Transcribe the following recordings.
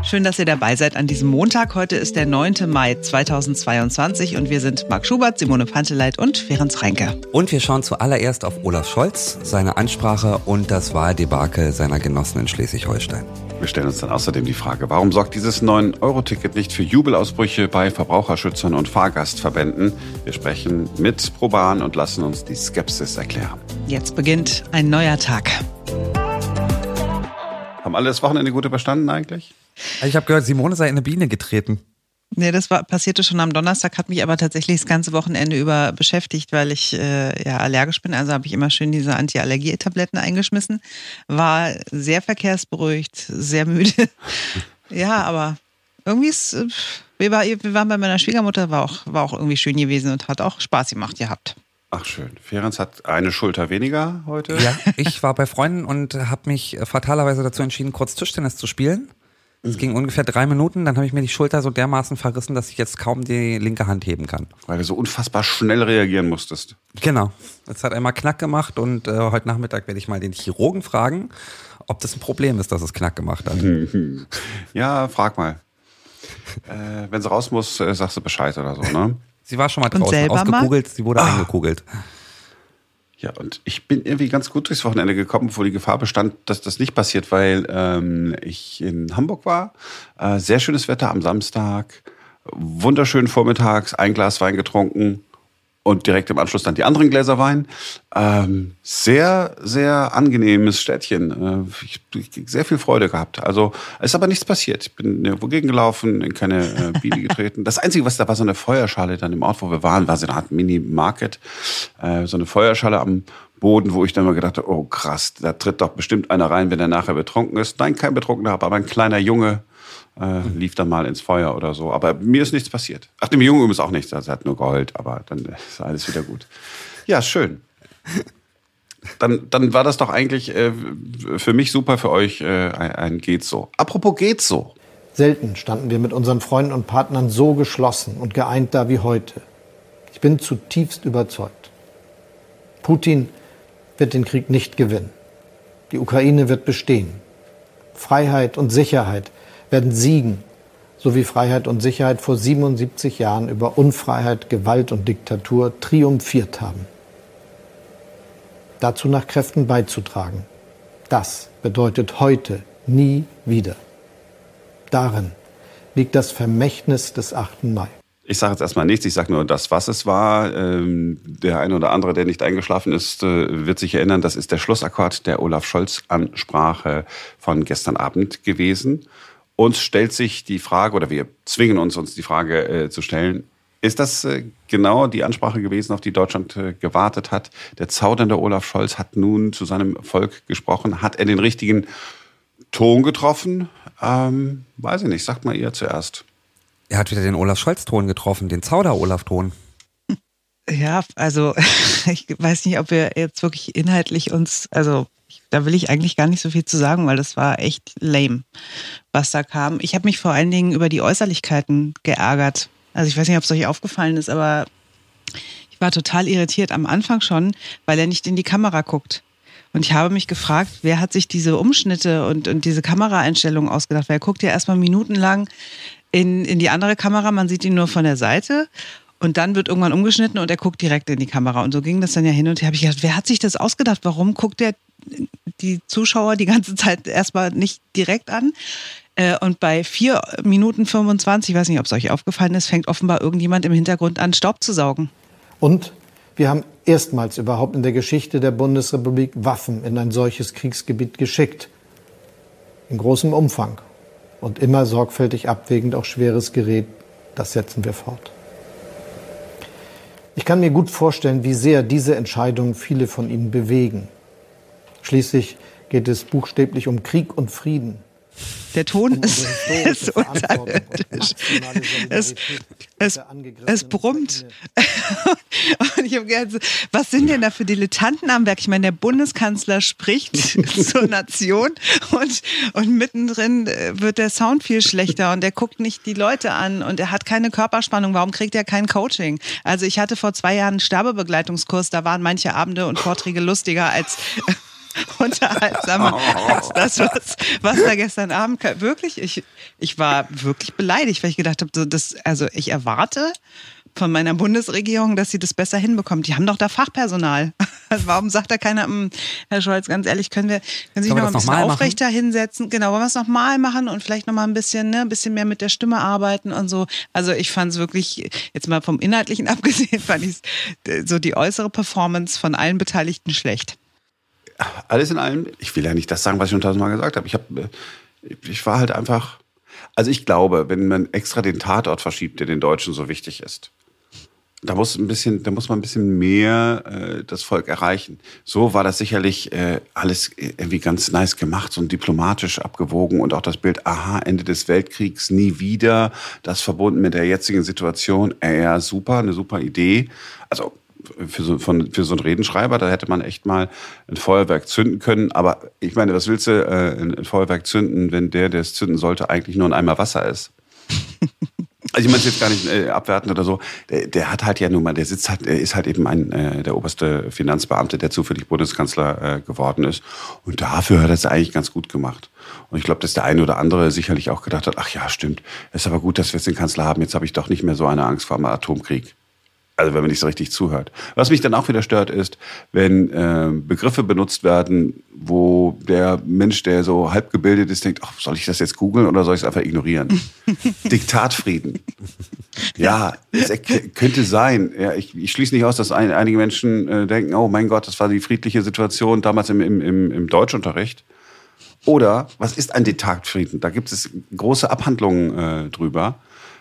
Schön, dass ihr dabei seid an diesem Montag. Heute ist der 9. Mai 2022 und wir sind Marc Schubert, Simone Panteleit und Ferenc Reinke. Und wir schauen zuallererst auf Olaf Scholz, seine Ansprache und das Wahldebakel seiner Genossen in Schleswig-Holstein. Wir stellen uns dann außerdem die Frage, warum sorgt dieses 9-Euro-Ticket nicht für Jubelausbrüche bei Verbraucherschützern und Fahrgastverbänden? Wir sprechen mit ProBahn und lassen uns die Skepsis erklären. Jetzt beginnt ein neuer Tag. Haben alle das Wochenende gut überstanden eigentlich? Ich habe gehört, Simone sei in eine Biene getreten. Nee, das passierte schon am Donnerstag, hat mich aber tatsächlich das ganze Wochenende über beschäftigt, weil ich allergisch bin. Also habe ich immer schön diese Anti-Allergie-Tabletten eingeschmissen. War sehr verkehrsberuhigt, sehr müde. Ja, aber irgendwie wir waren bei meiner Schwiegermutter, war auch irgendwie schön gewesen und hat auch Spaß gemacht gehabt. Ach schön. Ferenc hat eine Schulter weniger heute. Ja, ich war bei Freunden und habe mich fatalerweise dazu entschieden, kurz Tischtennis zu spielen. Es ging ungefähr 3 Minuten, dann habe ich mir die Schulter so dermaßen verrissen, dass ich jetzt kaum die linke Hand heben kann. Weil du so unfassbar schnell reagieren musstest. Genau. Es hat einmal Knack gemacht und heute Nachmittag werde ich mal den Chirurgen fragen, ob das ein Problem ist, dass es Knack gemacht hat. Ja, frag mal. Wenn sie raus muss, sagst du Bescheid oder so, ne? Sie war schon mal draußen ausgekugelt, sie wurde eingekugelt. Ja, und ich bin irgendwie ganz gut durchs Wochenende gekommen, wo die Gefahr bestand, dass das nicht passiert, weil ich in Hamburg war. Sehr schönes Wetter am Samstag, wunderschön vormittags, ein Glas Wein getrunken und direkt im Anschluss dann die anderen Gläser Wein. Sehr, sehr angenehmes Städtchen. Ich sehr viel Freude gehabt. Also es ist aber nichts passiert. Ich bin nirgendwo gegengelaufen, in keine Biene getreten. Das Einzige, was da war, so eine Feuerschale dann im Ort, wo wir waren, war so eine Art Mini-Market. So eine Feuerschale am Boden, wo ich dann mal gedacht habe, oh krass, da tritt doch bestimmt einer rein, wenn er nachher betrunken ist. Nein, kein Betrunkener, aber ein kleiner Junge lief dann mal ins Feuer oder so. Aber mir ist nichts passiert. Ach, dem Jungen ist auch nichts. Also er hat nur geheult, aber dann ist alles wieder gut. Ja, schön. Dann war das doch eigentlich für mich super, für euch ein Geht so. Apropos Geht so. Selten standen wir mit unseren Freunden und Partnern so geschlossen und geeint da wie heute. Ich bin zutiefst überzeugt. Putin wird den Krieg nicht gewinnen. Die Ukraine wird bestehen. Freiheit und Sicherheit werden siegen, so wie Freiheit und Sicherheit vor 77 Jahren über Unfreiheit, Gewalt und Diktatur triumphiert haben. Dazu nach Kräften beizutragen, das bedeutet heute nie wieder. Darin liegt das Vermächtnis des 8. Mai. Ich sage jetzt erstmal nichts, ich sage nur das, was es war. Der eine oder andere, der nicht eingeschlafen ist, wird sich erinnern, das ist der Schlussakkord der Olaf Scholz-Ansprache von gestern Abend gewesen. Uns stellt sich die Frage, oder wir zwingen uns die Frage zu stellen, ist das genau die Ansprache gewesen, auf die Deutschland gewartet hat? Der zaudernde Olaf Scholz hat nun zu seinem Volk gesprochen. Hat er den richtigen Ton getroffen? Weiß ich nicht, sagt mal ihr zuerst. Er hat wieder den Olaf-Scholz-Ton getroffen, den Zauder-Olaf-Ton. Ja, also ich weiß nicht, ob wir jetzt wirklich inhaltlich da will ich eigentlich gar nicht so viel zu sagen, weil das war echt lame, was da kam. Ich habe mich vor allen Dingen über die Äußerlichkeiten geärgert. Also ich weiß nicht, ob es euch aufgefallen ist, aber ich war total irritiert am Anfang schon, weil er nicht in die Kamera guckt. Und ich habe mich gefragt, wer hat sich diese Umschnitte und diese Kameraeinstellungen ausgedacht? Weil er guckt ja erstmal minutenlang in die andere Kamera, man sieht ihn nur von der Seite. Und dann wird irgendwann umgeschnitten und er guckt direkt in die Kamera. Und so ging das dann ja hin und her. Habe ich gedacht, wer hat sich das ausgedacht? Warum guckt der die Zuschauer die ganze Zeit erstmal nicht direkt an? Und bei 4 Minuten 25, ich weiß nicht, ob es euch aufgefallen ist, fängt offenbar irgendjemand im Hintergrund an, Staub zu saugen. Und wir haben erstmals überhaupt in der Geschichte der Bundesrepublik Waffen in ein solches Kriegsgebiet geschickt. In großem Umfang. Und immer sorgfältig abwägend auch schweres Gerät. Das setzen wir fort. Ich kann mir gut vorstellen, wie sehr diese Entscheidungen viele von Ihnen bewegen. Schließlich geht es buchstäblich um Krieg und Frieden. Der Ton ist unterirdisch. Es brummt. Und ich habe gedacht, was sind denn da für Dilettanten am Werk? Ich meine, der Bundeskanzler spricht zur Nation und mittendrin wird der Sound viel schlechter und er guckt nicht die Leute an und er hat keine Körperspannung. Warum kriegt er kein Coaching? Also ich hatte vor 2 Jahren einen Sterbebegleitungskurs, da waren manche Abende und Vorträge lustiger als unterhaltsamer als das, was da gestern Abend kam. Wirklich, ich war wirklich beleidigt, weil ich gedacht habe, also ich erwarte von meiner Bundesregierung, dass sie das besser hinbekommt. Die haben doch da Fachpersonal. Also warum sagt da keiner, Herr Scholz, ganz ehrlich, können Sie sich noch ein bisschen aufrechter hinsetzen? Genau, wollen wir es nochmal machen und vielleicht nochmal ein bisschen mehr mit der Stimme arbeiten und so. Also ich fand es wirklich, jetzt mal vom Inhaltlichen abgesehen, fand ich so die äußere Performance von allen Beteiligten schlecht. Alles in allem, ich will ja nicht das sagen, was ich schon tausendmal gesagt habe. Ich war halt einfach, also ich glaube, wenn man extra den Tatort verschiebt, der den Deutschen so wichtig ist, da muss man ein bisschen mehr das Volk erreichen. So war das sicherlich alles irgendwie ganz nice gemacht, so diplomatisch abgewogen und auch das Bild, aha, Ende des Weltkriegs, nie wieder, das verbunden mit der jetzigen Situation, ja, super, eine super Idee. Also für so einen Redenschreiber, da hätte man echt mal ein Feuerwerk zünden können. Aber ich meine, was willst du ein Feuerwerk zünden, wenn der es zünden sollte, eigentlich nur ein Eimer Wasser ist? Also ich meine es jetzt gar nicht abwertend oder so. Der hat halt ja nun mal, der ist halt eben der oberste Finanzbeamte, der zufällig Bundeskanzler geworden ist. Und dafür hat er es eigentlich ganz gut gemacht. Und ich glaube, dass der eine oder andere sicherlich auch gedacht hat, ach ja, stimmt, ist aber gut, dass wir jetzt den Kanzler haben. Jetzt habe ich doch nicht mehr so eine Angst vor einem Atomkrieg. Also wenn man nicht so richtig zuhört. Was mich dann auch wieder stört, ist, wenn Begriffe benutzt werden, wo der Mensch, der so halb gebildet ist, denkt, ach, soll ich das jetzt googeln oder soll ich es einfach ignorieren? Diktatfrieden. Ja, es könnte sein. Ja, ich schließe nicht aus, dass einige Menschen denken, oh mein Gott, das war die friedliche Situation damals im Deutschunterricht. Oder, was ist ein Diktatfrieden? Da gibt es große Abhandlungen drüber.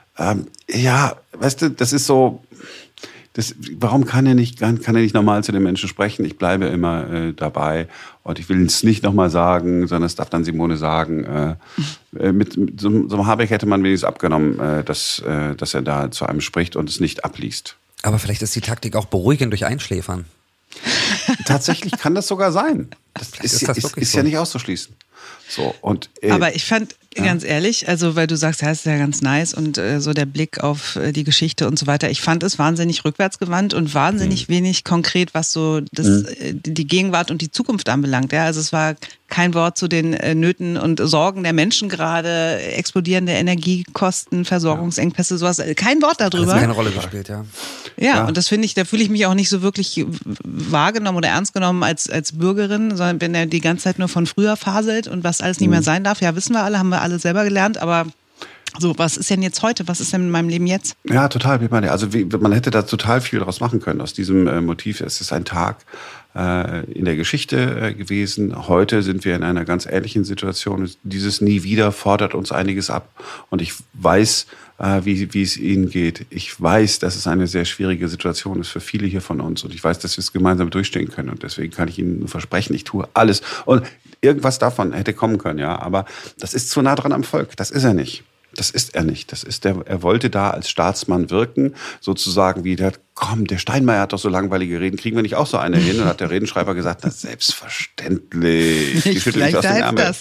Ja, weißt du, das ist so... warum kann er nicht normal zu den Menschen sprechen? Ich bleibe immer dabei und ich will es nicht nochmal sagen, sondern es darf dann Simone sagen. Mit so einem Habeck hätte man wenigstens abgenommen, dass er da zu einem spricht und es nicht abliest. Aber vielleicht ist die Taktik auch beruhigend durch Einschläfern. Tatsächlich kann das sogar sein. Das ist ja nicht auszuschließen. So, und, aber ich fand, ganz ehrlich, also weil du sagst, ja, ist ja ganz nice und so der Blick auf die Geschichte und so weiter. Ich fand es wahnsinnig rückwärtsgewandt und wahnsinnig wenig konkret, was so die Gegenwart und die Zukunft anbelangt. Ja, also es war kein Wort zu den Nöten und Sorgen der Menschen gerade, explodierende Energiekosten, Versorgungsengpässe, sowas. Kein Wort darüber. Das hat keine Rolle gespielt, ja. Ja, und das finde ich, da fühle ich mich auch nicht so wirklich wahrgenommen oder ernst genommen als Bürgerin, sondern wenn er die ganze Zeit nur von früher faselt und was alles nicht mehr sein darf, ja, wissen wir alle, haben wir alle selber gelernt, aber so, was ist denn jetzt heute? Was ist denn in meinem Leben jetzt? Ja, total. Also man hätte da total viel draus machen können aus diesem Motiv. Es ist ein Tag in der Geschichte gewesen. Heute sind wir in einer ganz ähnlichen Situation. Dieses Nie wieder fordert uns einiges ab. Und ich weiß, wie es Ihnen geht. Ich weiß, dass es eine sehr schwierige Situation ist für viele hier von uns. Und ich weiß, dass wir es gemeinsam durchstehen können. Und deswegen kann ich Ihnen nur versprechen, ich tue alles. Und irgendwas davon hätte kommen können, ja. Aber das ist zu nah dran am Volk. Das ist er nicht. Das ist er nicht. Er wollte da als Staatsmann wirken, sozusagen wie der Steinmeier hat doch so langweilige Reden, kriegen wir nicht auch so eine hin? Und hat der Redenschreiber gesagt, na selbstverständlich. Die schüttelt mich aus den Ärmel.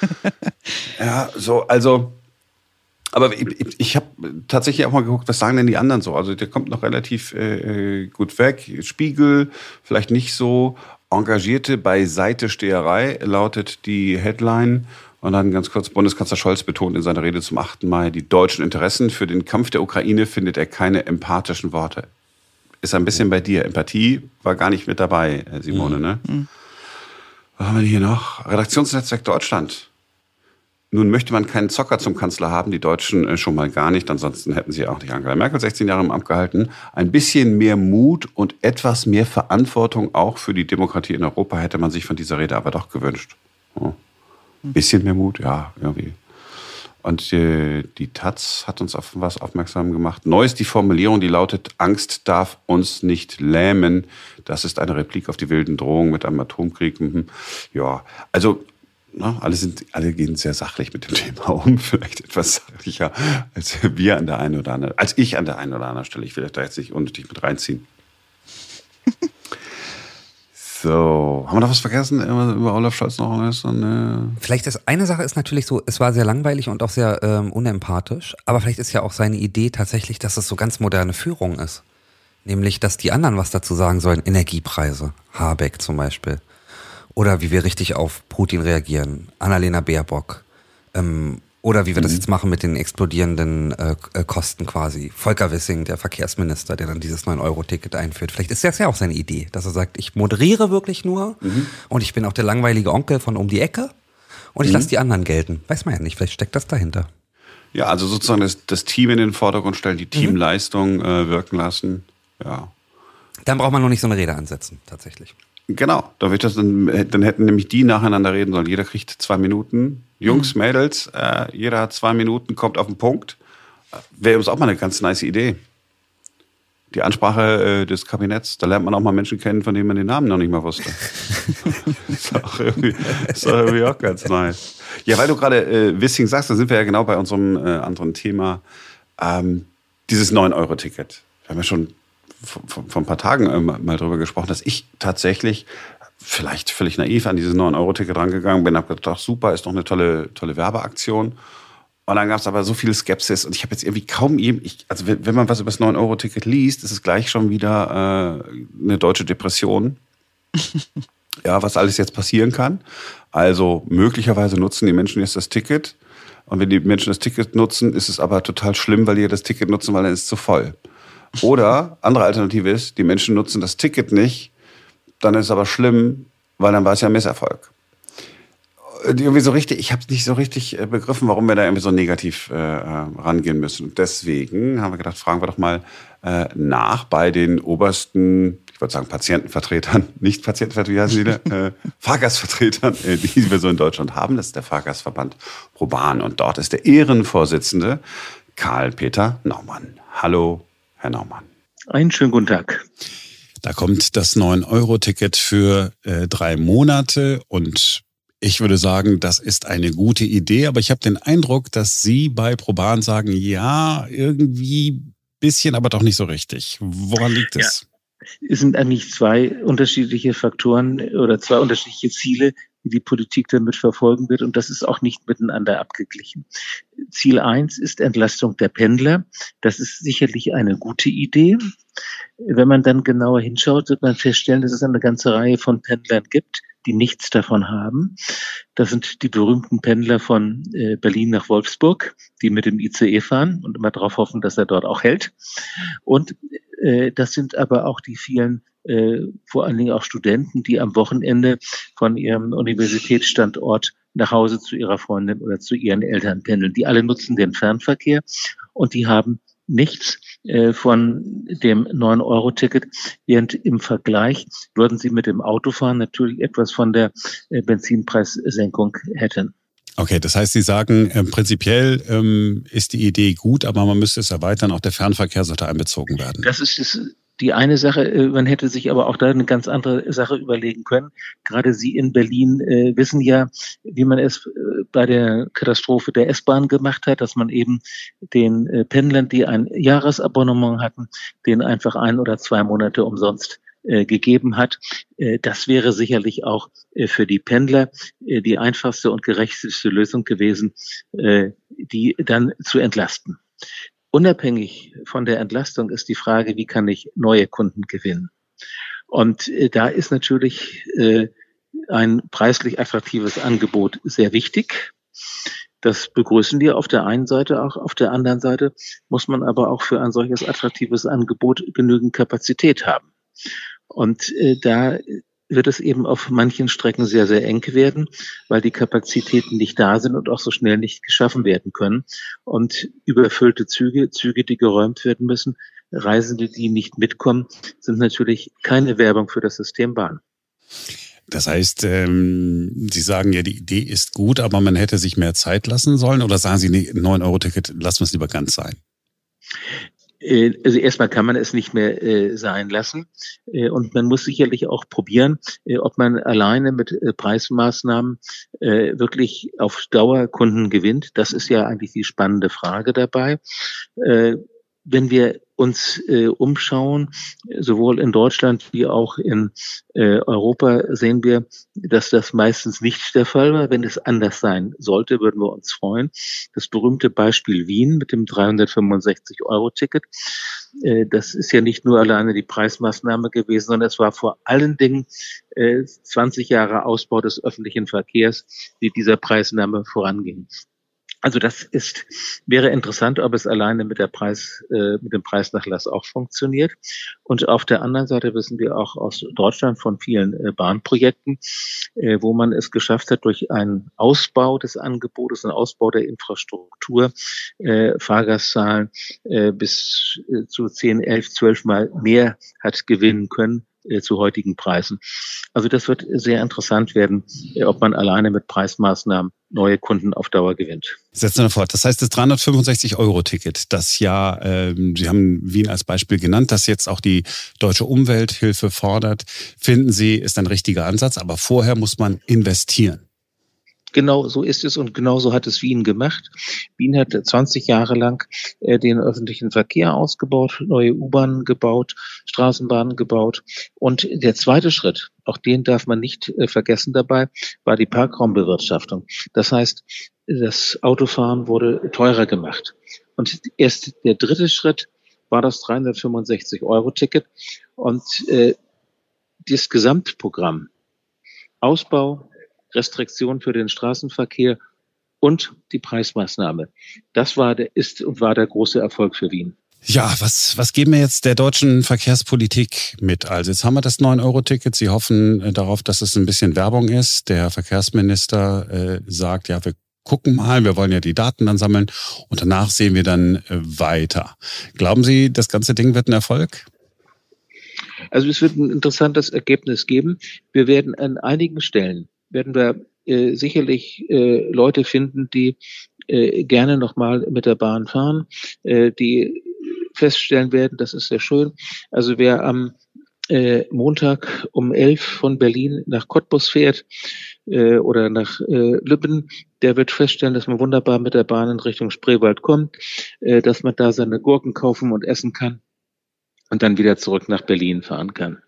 Ja, so, also, aber ich habe tatsächlich auch mal geguckt, was sagen denn die anderen so? Also der kommt noch relativ gut weg. Spiegel, vielleicht nicht so. Engagierte Beiseitesteherei lautet die Headline. Und dann ganz kurz, Bundeskanzler Scholz betont in seiner Rede zum 8. Mai, die deutschen Interessen für den Kampf der Ukraine findet er keine empathischen Worte. Ist ein bisschen bei dir. Empathie war gar nicht mit dabei, Simone, ne? Was haben wir hier noch? Redaktionsnetzwerk Deutschland. Nun möchte man keinen Zocker zum Kanzler haben, die Deutschen schon mal gar nicht, ansonsten hätten sie auch nicht Angela Merkel 16 Jahre im Amt gehalten. Ein bisschen mehr Mut und etwas mehr Verantwortung auch für die Demokratie in Europa hätte man sich von dieser Rede aber doch gewünscht. Oh. Ein bisschen mehr Mut, ja, irgendwie. Und die Taz hat uns auf was aufmerksam gemacht. Neu ist die Formulierung, die lautet, Angst darf uns nicht lähmen. Das ist eine Replik auf die wilden Drohungen mit einem Atomkrieg. Ja, also alle gehen sehr sachlich mit dem Thema um. Vielleicht etwas sachlicher als wir an der einen oder anderen, als ich an der einen oder anderen Stelle. Ich will euch da jetzt nicht unnötig mit reinziehen. So, haben wir noch was vergessen über Olaf Scholz noch? Vielleicht ist eine Sache ist natürlich so, es war sehr langweilig und auch sehr unempathisch, aber vielleicht ist ja auch seine Idee tatsächlich, dass es so ganz moderne Führung ist. Nämlich, dass die anderen was dazu sagen sollen, Energiepreise, Habeck zum Beispiel. Oder wie wir richtig auf Putin reagieren. Annalena Baerbock. Oder wie wir das jetzt machen mit den explodierenden Kosten quasi. Volker Wissing, der Verkehrsminister, der dann dieses 9-Euro-Ticket einführt. Vielleicht ist das ja auch seine Idee, dass er sagt, ich moderiere wirklich nur und ich bin auch der langweilige Onkel von um die Ecke und ich lasse die anderen gelten. Weiß man ja nicht, vielleicht steckt das dahinter. Ja, also sozusagen das Team in den Vordergrund stellen, die Teamleistung wirken lassen. Ja. Dann braucht man nur nicht so eine Rede ansetzen, tatsächlich. Genau, dann hätten nämlich die nacheinander reden sollen. Jeder kriegt 2 Minuten. Jungs, Mädels, jeder hat 2 Minuten, kommt auf den Punkt. Wäre uns auch mal eine ganz nice Idee. Die Ansprache des Kabinetts, da lernt man auch mal Menschen kennen, von denen man den Namen noch nicht mal wusste. ist doch irgendwie auch ganz nice. Ja, weil du gerade Wissing sagst, da sind wir ja genau bei unserem anderen Thema. Dieses 9-Euro-Ticket. Wir haben ja schon vor ein paar Tagen mal drüber gesprochen, dass ich tatsächlich vielleicht völlig naiv an dieses 9-Euro-Ticket rangegangen bin, habe gedacht, super, ist doch eine tolle Werbeaktion. Und dann gab es aber so viel Skepsis und ich habe jetzt irgendwie kaum also wenn man was über das 9-Euro-Ticket liest, ist es gleich schon wieder eine deutsche Depression. Ja, was alles jetzt passieren kann. Also möglicherweise nutzen die Menschen jetzt das Ticket und wenn die Menschen das Ticket nutzen, ist es aber total schlimm, weil die ja das Ticket nutzen, weil dann ist es zu voll. Oder, andere Alternative ist, die Menschen nutzen das Ticket nicht, dann ist es aber schlimm, weil dann war es ja ein Misserfolg. Irgendwie so richtig, ich habe nicht so richtig begriffen, warum wir da irgendwie so negativ rangehen müssen. Und deswegen haben wir gedacht, fragen wir doch mal nach bei den obersten, ich würde sagen Patientenvertretern, nicht Patientenvertreter, wie heißen die da? Fahrgastvertretern, die wir so in Deutschland haben. Das ist der Fahrgastverband ProBahn. Und dort ist der Ehrenvorsitzende Karl-Peter Naumann. Hallo, Herr Naumann. Einen schönen guten Tag. Da kommt das 9-Euro-Ticket für 3 Monate und ich würde sagen, das ist eine gute Idee, aber ich habe den Eindruck, dass Sie bei ProBahn sagen, ja, irgendwie bisschen, aber doch nicht so richtig. Woran liegt es? Ja, es sind eigentlich 2 unterschiedliche Faktoren oder 2 unterschiedliche Ziele, die Politik damit verfolgen wird. Und das ist auch nicht miteinander abgeglichen. Ziel 1 ist Entlastung der Pendler. Das ist sicherlich eine gute Idee. Wenn man dann genauer hinschaut, wird man feststellen, dass es eine ganze Reihe von Pendlern gibt, die nichts davon haben. Das sind die berühmten Pendler von Berlin nach Wolfsburg, die mit dem ICE fahren und immer darauf hoffen, dass er dort auch hält. Und das sind aber auch die vielen, vor allen Dingen auch Studenten, die am Wochenende von ihrem Universitätsstandort nach Hause zu ihrer Freundin oder zu ihren Eltern pendeln. Die alle nutzen den Fernverkehr und die haben nichts von dem 9-Euro-Ticket, während im Vergleich würden sie mit dem Autofahren natürlich etwas von der Benzinpreissenkung hätten. Okay, das heißt, Sie sagen, prinzipiell ist die Idee gut, aber man müsste es erweitern, auch der Fernverkehr sollte einbezogen werden. Das ist die eine Sache. Man hätte sich aber auch da eine ganz andere Sache überlegen können. Gerade Sie in Berlin wissen ja, wie man es bei der Katastrophe der S-Bahn gemacht hat, dass man eben den Pendlern, die ein Jahresabonnement hatten, denen einfach 1 oder 2 Monate umsonst gegeben hat. Das wäre sicherlich auch für die Pendler die einfachste und gerechteste Lösung gewesen, die dann zu entlasten. Unabhängig von der Entlastung ist die Frage, wie kann ich neue Kunden gewinnen? Und da ist natürlich ein preislich attraktives Angebot sehr wichtig. Das begrüßen wir auf der einen Seite, auch auf der anderen Seite muss man aber auch für ein solches attraktives Angebot genügend Kapazität haben. Und da wird es eben auf manchen Strecken sehr, sehr eng werden, weil die Kapazitäten nicht da sind und auch so schnell nicht geschaffen werden können. Und überfüllte Züge, die geräumt werden müssen, Reisende, die nicht mitkommen, sind natürlich keine Werbung für das System Bahn. Das heißt, Sie sagen ja, die Idee ist gut, aber man hätte sich mehr Zeit lassen sollen? Oder sagen Sie, 9-Euro-Ticket, lassen wir es lieber ganz sein? Also erstmal kann man es nicht mehr sein lassen und man muss sicherlich auch probieren, ob man alleine mit Preismaßnahmen wirklich auf Dauer Kunden gewinnt. Das ist ja eigentlich die spannende Frage dabei. wenn wir uns umschauen, sowohl in Deutschland wie auch in Europa, sehen wir, dass das meistens nicht der Fall war. Wenn es anders sein sollte, würden wir uns freuen. Das berühmte Beispiel Wien mit dem 365-Euro-Ticket, das ist ja nicht nur alleine die Preismaßnahme gewesen, sondern es war vor allen Dingen 20 Jahre Ausbau des öffentlichen Verkehrs, die dieser Preisnahme voranging. Also das wäre interessant, ob es alleine mit dem Preisnachlass auch funktioniert. Und auf der anderen Seite wissen wir auch aus Deutschland von vielen Bahnprojekten, wo man es geschafft hat, durch einen Ausbau des Angebotes, einen Ausbau der Infrastruktur, Fahrgastzahlen bis zu 10, 11, 12 Mal mehr hat gewinnen können zu heutigen Preisen. Also das wird sehr interessant werden, ob man alleine mit Preismaßnahmen neue Kunden auf Dauer gewinnt. Setzen wir fort. Das heißt, das 365-Euro-Ticket, das ja, Sie haben Wien als Beispiel genannt, das jetzt auch die Deutsche Umwelthilfe fordert, finden Sie, ist ein richtiger Ansatz, aber vorher muss man investieren. Genau so ist es und genau so hat es Wien gemacht. Wien hat 20 Jahre lang den öffentlichen Verkehr ausgebaut, neue U-Bahnen gebaut, Straßenbahnen gebaut. Und der zweite Schritt, auch den darf man nicht vergessen dabei, war die Parkraumbewirtschaftung. Das heißt, das Autofahren wurde teurer gemacht. Und erst der dritte Schritt war das 365-Euro-Ticket und das Gesamtprogramm Ausbau, Restriktion für den Straßenverkehr und die Preismaßnahme. Das war der große Erfolg für Wien. Ja, was geben wir jetzt der deutschen Verkehrspolitik mit? Also jetzt haben wir das 9-Euro-Ticket. Sie hoffen darauf, dass es ein bisschen Werbung ist. Der Verkehrsminister sagt, ja, wir gucken mal, wir wollen ja die Daten dann sammeln und danach sehen wir dann weiter. Glauben Sie, das ganze Ding wird ein Erfolg? Also es wird ein interessantes Ergebnis geben. Wir werden an einigen Stellen sicherlich Leute finden, die gerne nochmal mit der Bahn fahren, die feststellen werden, das ist sehr schön. Also wer am Montag um 11 von Berlin nach Cottbus fährt oder nach Lübben, der wird feststellen, dass man wunderbar mit der Bahn in Richtung Spreewald kommt, dass man da seine Gurken kaufen und essen kann und dann wieder zurück nach Berlin fahren kann.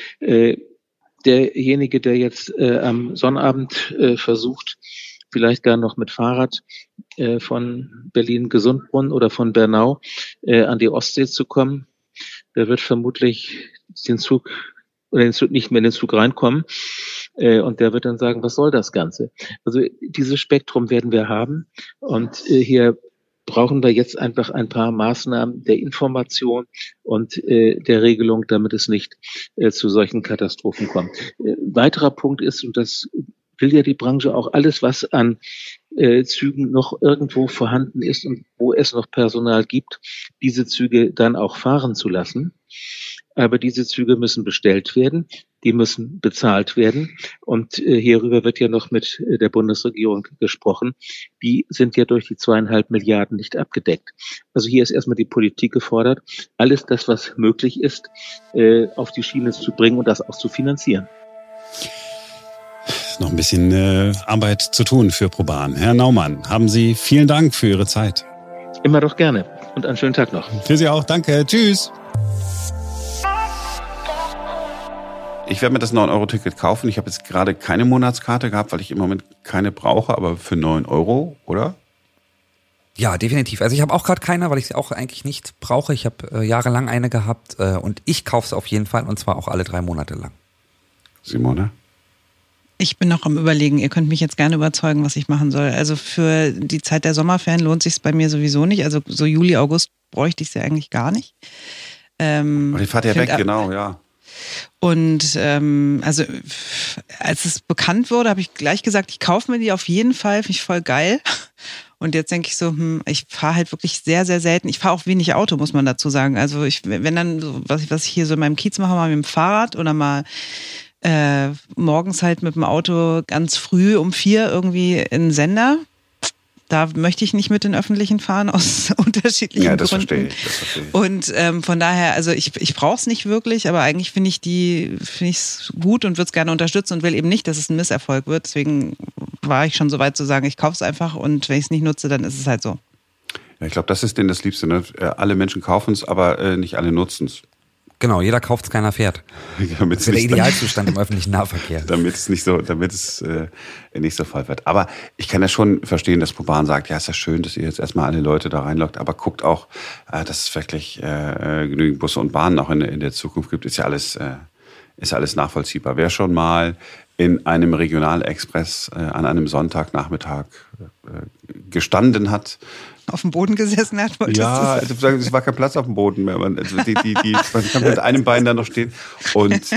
Derjenige, der jetzt am Sonnabend versucht, vielleicht gar noch mit Fahrrad von Berlin-Gesundbrunnen oder von Bernau an die Ostsee zu kommen, der wird vermutlich nicht mehr in den Zug reinkommen und der wird dann sagen, was soll das Ganze? Also dieses Spektrum werden wir haben und hier brauchen wir jetzt einfach ein paar Maßnahmen der Information und der Regelung, damit es nicht zu solchen Katastrophen kommt. Weiterer Punkt ist, und das will ja die Branche auch, alles, was an Zügen noch irgendwo vorhanden ist und wo es noch Personal gibt, diese Züge dann auch fahren zu lassen. Aber diese Züge müssen bestellt werden, die müssen bezahlt werden. Und hierüber wird ja noch mit der Bundesregierung gesprochen. Die sind ja durch die 2,5 Milliarden nicht abgedeckt. Also hier ist erstmal die Politik gefordert, alles das, was möglich ist, auf die Schiene zu bringen und das auch zu finanzieren. Noch ein bisschen Arbeit zu tun für ProBahn. Herr Naumann, haben Sie vielen Dank für Ihre Zeit. Immer doch gerne und einen schönen Tag noch. Für Sie auch, danke. Tschüss. Ich werde mir das 9-Euro-Ticket kaufen. Ich habe jetzt gerade keine Monatskarte gehabt, weil ich im Moment keine brauche, aber für 9 Euro, oder? Ja, definitiv. Also ich habe auch gerade keine, weil ich sie auch eigentlich nicht brauche. Ich habe jahrelang eine gehabt und ich kaufe es auf jeden Fall und zwar auch alle 3 Monate lang. Simone? Ich bin noch am Überlegen, ihr könnt mich jetzt gerne überzeugen, was ich machen soll. Also für die Zeit der Sommerferien lohnt sich bei mir sowieso nicht. Also so Juli, August bräuchte ich sie eigentlich gar nicht. Aber die fahrt ja weg, genau, ja. Und also als es bekannt wurde, habe ich gleich gesagt, ich kaufe mir die auf jeden Fall, finde ich voll geil. Und jetzt denke ich so, ich fahre halt wirklich sehr, sehr selten. Ich fahre auch wenig Auto, muss man dazu sagen. Also wenn dann, so, was ich hier so in meinem Kiez mache, mal mit dem Fahrrad oder mal morgens halt mit dem Auto ganz früh um 4 irgendwie in den Sender. Da möchte ich nicht mit den Öffentlichen fahren, aus unterschiedlichen Gründen. Verstehe ich. Und von daher, also ich brauche es nicht wirklich, aber eigentlich finde ich es gut und würde es gerne unterstützen und will eben nicht, dass es ein Misserfolg wird. Deswegen war ich schon so weit zu sagen, ich kaufe es einfach und wenn ich es nicht nutze, dann ist es halt so. Ja, ich glaube, das ist denen das Liebste. Ne? Alle Menschen kaufen es, aber nicht alle nutzen es. Genau, jeder kauft es, keiner fährt. Das ist der Idealzustand im öffentlichen Nahverkehr. Damit es nicht so voll wird. Aber ich kann ja schon verstehen, dass ProBahn sagt, ja, ist ja schön, dass ihr jetzt erstmal alle Leute da reinlockt, aber guckt auch, dass es wirklich genügend Busse und Bahnen auch in der Zukunft gibt, ist ja alles nachvollziehbar. Wer schon mal in einem Regionalexpress an einem Sonntagnachmittag gestanden hat, auf dem Boden gesessen hat, wolltest du sagen? Es war kein Platz auf dem Boden mehr. Man kann mit einem Bein da noch stehen. Und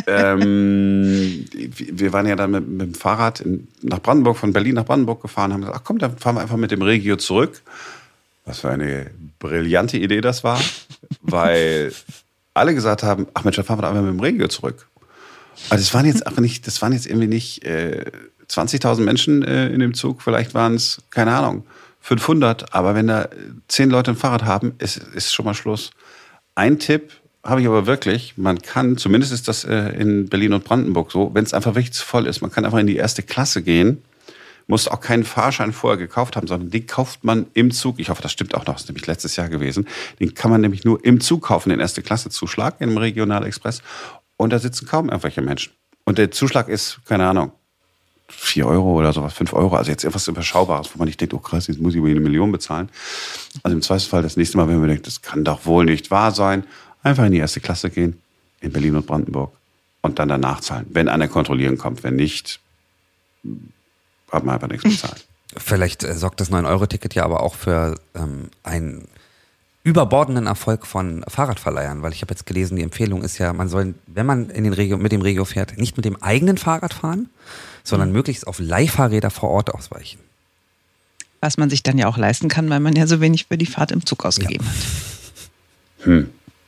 wir waren ja dann mit dem Fahrrad nach Brandenburg, von Berlin nach Brandenburg gefahren, haben gesagt, ach komm, dann fahren wir einfach mit dem Regio zurück. Was für eine brillante Idee das war, weil alle gesagt haben, ach Mensch, dann fahren wir einfach mit dem Regio zurück. Also das waren jetzt irgendwie nicht 20.000 Menschen in dem Zug, vielleicht waren es, keine Ahnung, 500, aber wenn da 10 Leute ein Fahrrad haben, ist schon mal Schluss. Ein Tipp habe ich aber wirklich, man kann, zumindest ist das in Berlin und Brandenburg so, wenn es einfach wirklich zu voll ist, man kann einfach in die erste Klasse gehen, muss auch keinen Fahrschein vorher gekauft haben, sondern den kauft man im Zug. Ich hoffe, das stimmt auch noch, das ist nämlich letztes Jahr gewesen. Den kann man nämlich nur im Zug kaufen, den erste Klasse Zuschlag im Regionalexpress. Und da sitzen kaum irgendwelche Menschen. Und der Zuschlag ist, keine Ahnung, 4 Euro oder sowas, 5 Euro. Also jetzt etwas Überschaubares, wo man nicht denkt, oh krass, jetzt muss ich über 1 Million bezahlen. Also im Zweifelsfall das nächste Mal, wenn man denkt, das kann doch wohl nicht wahr sein, einfach in die erste Klasse gehen, in Berlin und Brandenburg und dann danach zahlen. Wenn einer kontrollieren kommt, wenn nicht, hat man einfach nichts bezahlt. Vielleicht sorgt das 9-Euro-Ticket ja aber auch für einen überbordenden Erfolg von Fahrradverleihern, weil ich habe jetzt gelesen, die Empfehlung ist ja, man soll, wenn man mit dem Regio fährt, nicht mit dem eigenen Fahrrad fahren, sondern möglichst auf Leihfahrräder vor Ort ausweichen. Was man sich dann ja auch leisten kann, weil man ja so wenig für die Fahrt im Zug ausgegeben hat.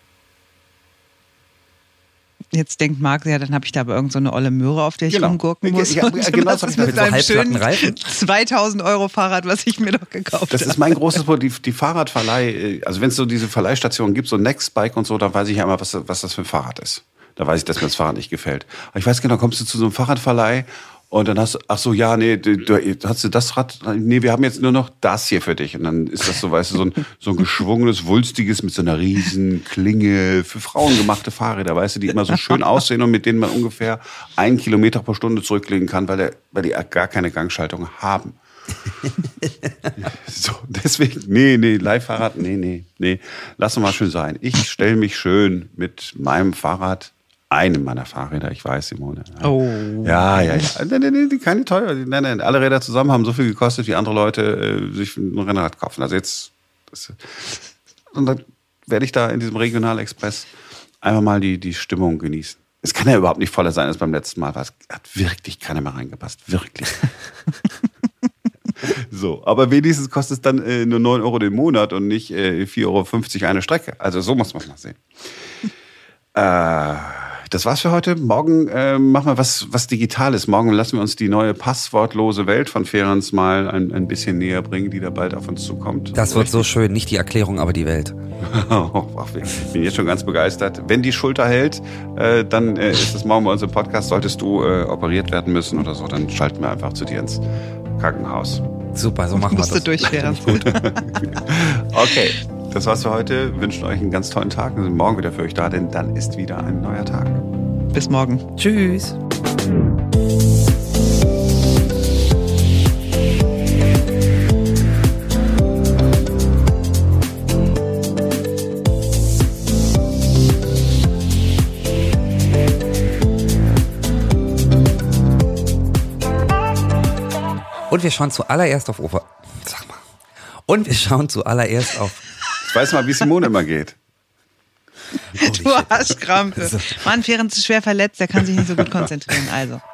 Jetzt denkt Marc, ja, dann habe ich da aber irgend so eine olle Möhre, auf der ich rumgurken muss. Genau, das ist mit einem schönen 2.000 Euro Fahrrad, was ich mir doch gekauft habe. Das ist mein großes Problem, die Fahrradverleih, also wenn es so diese Verleihstationen gibt, so Nextbike und so, dann weiß ich ja immer, was das für ein Fahrrad ist. Da weiß ich, dass mir das Fahrrad nicht gefällt. Aber ich weiß genau, kommst du zu so einem Fahrradverleih und dann hast du, ach so, ja, nee, hast du das Rad? Nee, wir haben jetzt nur noch das hier für dich. Und dann ist das so, weißt du, so ein geschwungenes, wulstiges mit so einer riesen Klinge für Frauen gemachte Fahrräder, weißt du, die immer so schön aussehen und mit denen man ungefähr 1 Kilometer pro Stunde zurücklegen kann, weil die gar keine Gangschaltung haben. So, deswegen, nee, Leihfahrrad, nee. Lass doch mal schön sein. Ich stelle mich schön mit meinem Fahrrad, einem meiner Fahrräder, ich weiß, Simone. Oh. Ja. Nee, keine teuer. Nein, alle Räder zusammen haben so viel gekostet, wie andere Leute sich ein Rennrad kaufen. Also jetzt, und dann werde ich da in diesem Regionalexpress einfach mal die Stimmung genießen. Es kann ja überhaupt nicht voller sein als beim letzten Mal, weil es hat wirklich keiner mehr reingepasst. Wirklich. So, aber wenigstens kostet es dann nur 9 Euro den Monat und nicht 4,50 Euro eine Strecke. Also so muss man es mal sehen. Das war's für heute. Morgen machen wir was Digitales. Morgen lassen wir uns die neue passwortlose Welt von Ferenc mal ein bisschen näher bringen, die da bald auf uns zukommt. Das wird so schön. Nicht die Erklärung, aber die Welt. Ich bin jetzt schon ganz begeistert. Wenn die Schulter hält, dann ist das morgen bei uns im Podcast. Solltest du operiert werden müssen oder so, dann schalten wir einfach zu dir ins Krankenhaus. Super, so machen wir das. Musst du durchfahren. Gut. Okay, das war's für heute. Wir wünschen euch einen ganz tollen Tag. Wir sind morgen wieder für euch da, denn dann ist wieder ein neuer Tag. Bis morgen. Tschüss. Und wir schauen zuallererst auf Und wir schauen zuallererst auf... Ich weiß mal, wie Simone immer geht. Du hast Krampe. Mann, Ferenc ist schwer verletzt, der kann sich nicht so gut konzentrieren. Also.